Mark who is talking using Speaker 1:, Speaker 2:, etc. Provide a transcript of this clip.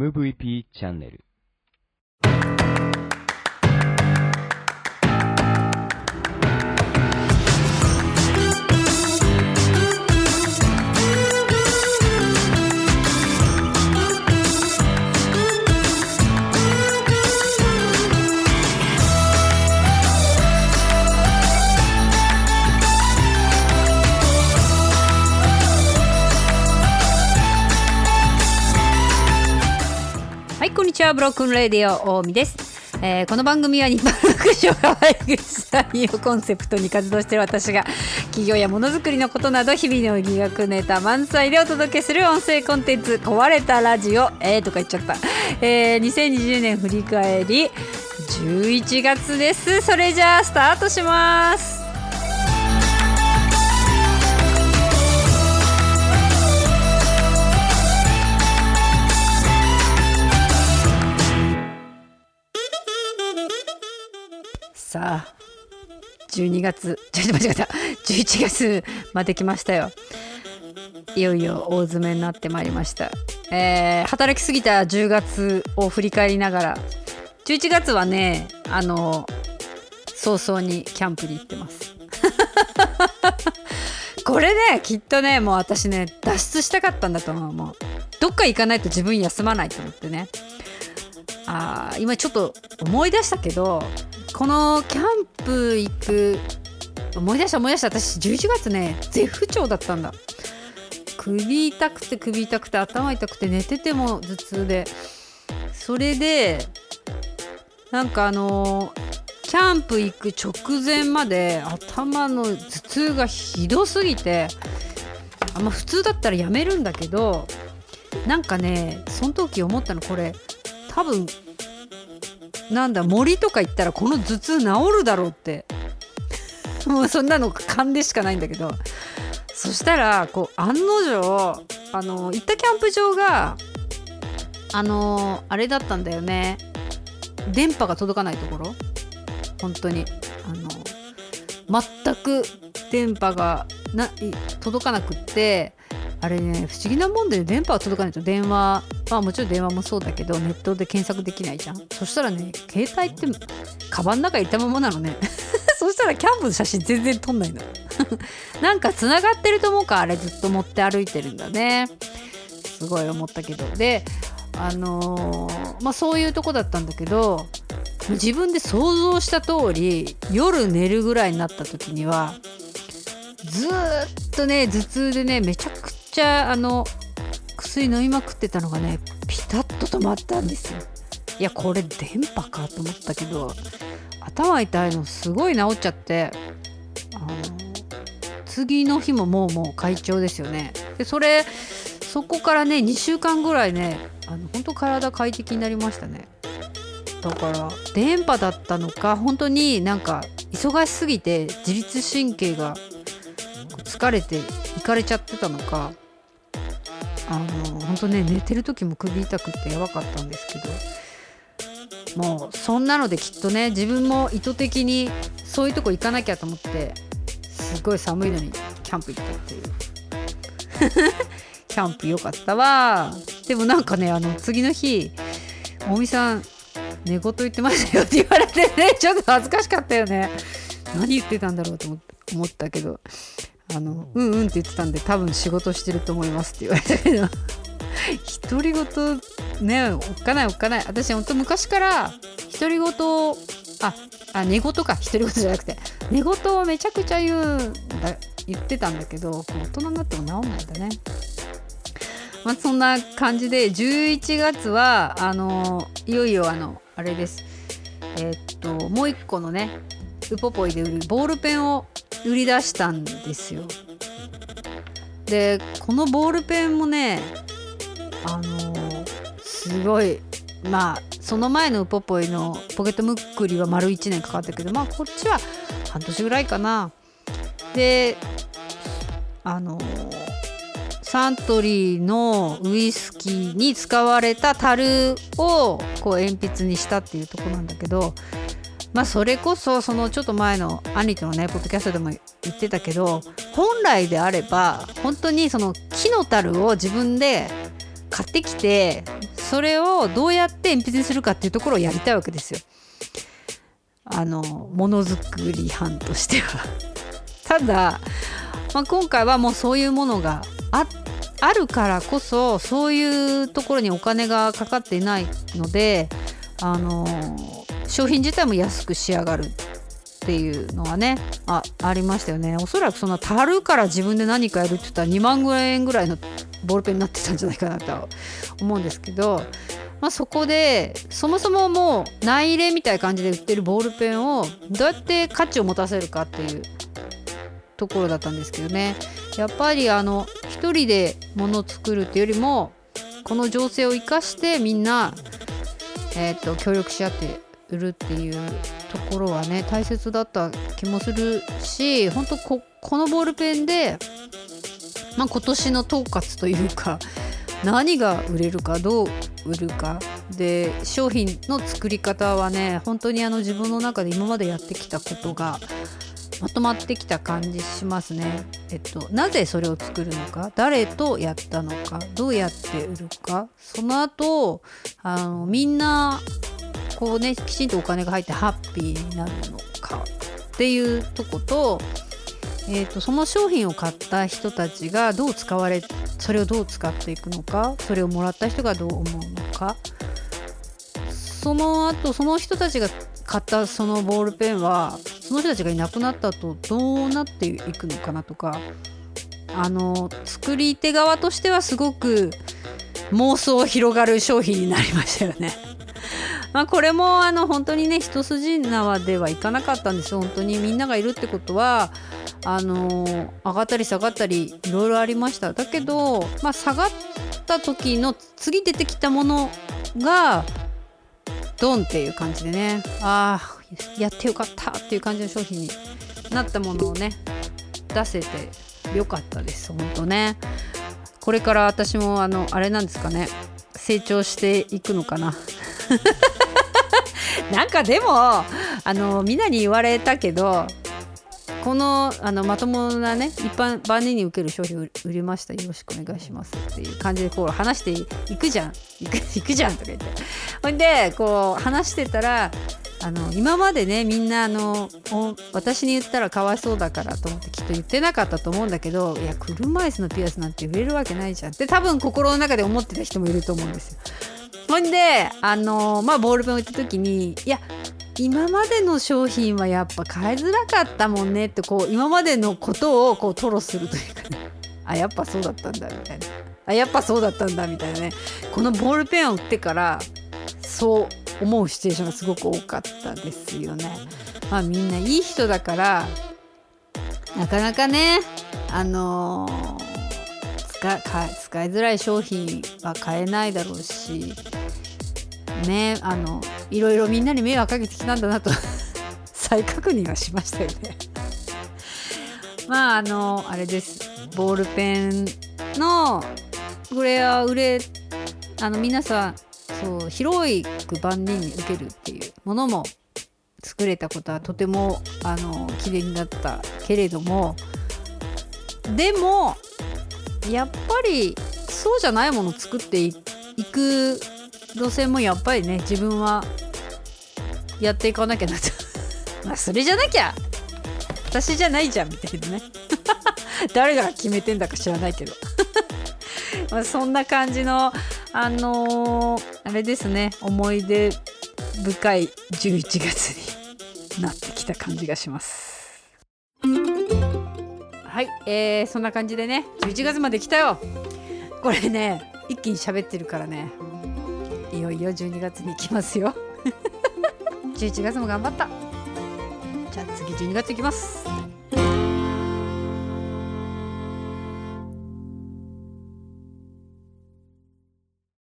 Speaker 1: MVP チャンネル。
Speaker 2: はい、こんにちは。ブロックンレディオ大見です。この番組は日本の福祉を可愛くしたいをコンセプトに活動している私が企業やものづくりのことなど日々の医学ネタ満載でお届けする音声コンテンツ壊れたラジオとか言っちゃった、2020年振り返り11月です。それじゃあスタートします。さあ12月間違えた11月まで来ましたよ。いよいよ大詰めになってまいりました。働きすぎた10月を振り返りながら11月はね早々にキャンプに行ってますこれねきっとねもう私ね脱出したかったんだと思う。もうどっか行かないと自分休まないと思ってね。今ちょっと思い出したけどこのキャンプ行く思い出した私11月ね絶不調だったんだ。首痛くて頭痛くて寝てても頭痛で、それでなんかキャンプ行く直前まで頭の頭痛がひどすぎて普通だったらやめるんだけどなんかねその時思ったのこれ多分森とか行ったらこの頭痛治るだろうってもうそんなの勘でしかないんだけど、そしたら案の定行ったキャンプ場があれだったんだよね。電波が届かないところ、本当に全く電波が届かなくって、あれね不思議なもんで電波が届かないと電話もちろん電話もそうだけどネットで検索できないじゃん。そしたらね携帯ってカバンの中にいたままなのねそしたらキャンプの写真全然撮んないのなんか繋がってると思うかあれずっと持って歩いてるんだね。すごい思ったけどでそういうとこだったんだけど自分で想像した通り夜寝るぐらいになった時にはずっとね頭痛でねめちゃくちゃ薬飲みまくってたのがねピタッと止まったんですよ。いやこれ電波かと思ったけど頭痛いのすごい治っちゃって次の日ももう快調ですよね。でそこからね2週間ぐらいね本当体快適になりましたね。だから電波だったのか本当になんか忙しすぎて自律神経が疲れていかれちゃってたのか本当ね寝てる時も首痛くってやばかったんですけど、もうそんなのできっとね自分も意図的にそういうとこ行かなきゃと思ってすごい寒いのにキャンプ行ったっていうキャンプ良かったわ。でもなんかね次の日大見さん寝言言ってましたよって言われてねちょっと恥ずかしかったよね。何言ってたんだろうと思ったけどうんって言ってたんで多分仕事してると思いますって言われたけど独り言ねおっかない私本当昔から独り言寝言か独り言じゃなくて寝言をめちゃくちゃ言ってたんだけど大人になっても治んないんだね。そんな感じで11月はいよいよあれです。もう一個のねウポポイで売るボールペンを売り出したんですよ。でこのボールペンもねすごいその前のウポポイのポケットムックリは丸1年かかったけどこっちは半年ぐらいかな。でサントリーのウイスキーに使われた樽を鉛筆にしたっていうところなんだけどそれこそそのちょっと前のアニとのねポッドキャストでも言ってたけど本来であれば本当にその木の樽を自分で買ってきてそれをどうやって鉛筆にするかっていうところをやりたいわけですよ。ものづくり班としてはただ、今回はもうそういうものがあるからこそ、そういうところにお金がかかっていないので、商品自体も安く仕上がるっていうのはね、ありましたよね。おそらくそんな樽から自分で何かやるって言ったら2万円ぐらいのボールペンになってたんじゃないかなと思うんですけど、そこでそもそももう内入れみたいな感じで売ってるボールペンをどうやって価値を持たせるかっていうところだったんですけどね。やっぱり一人で物を作るっていうよりも、この情勢を生かしてみんな、協力し合って売るっていうところはね、大切だった気もするし、本当このボールペンで、今年の統括というか、何が売れるかどう売るかで、商品の作り方はね、本当に自分の中で今までやってきたことがまとまってきた感じしますね。なぜそれを作るのか、誰とやったのか、どうやって売るか、その後みんなこうね、きちんとお金が入ってハッピーになるのかっていうとこと、その商品を買った人たちがそれをどう使っていくのか、それをもらった人がどう思うのか、その後その人たちが買ったそのボールペンはその人たちがいなくなった後どうなっていくのかなとか、作り手側としてはすごく妄想広がる商品になりましたよね。これも本当にね、一筋縄ではいかなかったんですよ。本当にみんながいるってことは上がったり下がったりいろいろありました。だけど、下がった時の次出てきたものがドンっていう感じでね、やってよかったっていう感じの商品になったものをね、出せてよかったです。本当ね、これから私もあれなんですかね、成長していくのかななんかでもみんなに言われたけど、このまともなね、万人に受ける商品を売りました、よろしくお願いしますっていう感じでこう話していくじゃんとか言って、ほんでこう話してたら、今までね、みんな私に言ったらかわいそうだからと思ってきっと言ってなかったと思うんだけど、いや車椅子のピアスなんて売れるわけないじゃんって多分心の中で思ってた人もいると思うんですよ。ほんでボールペンを売った時に、いや今までの商品はやっぱ買いづらかったもんねってこう今までのことをこう吐露するというかね、やっぱそうだったんだみたいな、やっぱそうだったんだみたいなね、このボールペンを売ってからそう思うシチュエーションがすごく多かったですよね。みんないい人だからなかなかね使いづらい商品は買えないだろうしね、いろいろみんなに迷惑かけてきたんだなと再確認はしましたよね。あれです、ボールペンのこれは皆さんそう広く万人に受けるっていうものも作れたことはとても綺麗になったけれども、でもやっぱりそうじゃないものを作っていく路線もやっぱりね、自分はやっていかなきゃなとそれじゃなきゃ私じゃないじゃんみたいなね誰が決めてんだか知らないけどそんな感じのあれですね、思い出深い11月になってきた感じがします。はい、そんな感じでね、11月まで来たよ。これね、一気に喋ってるからね、いよいよ12月に行きますよ11月も頑張った。じゃあ次12月行きます。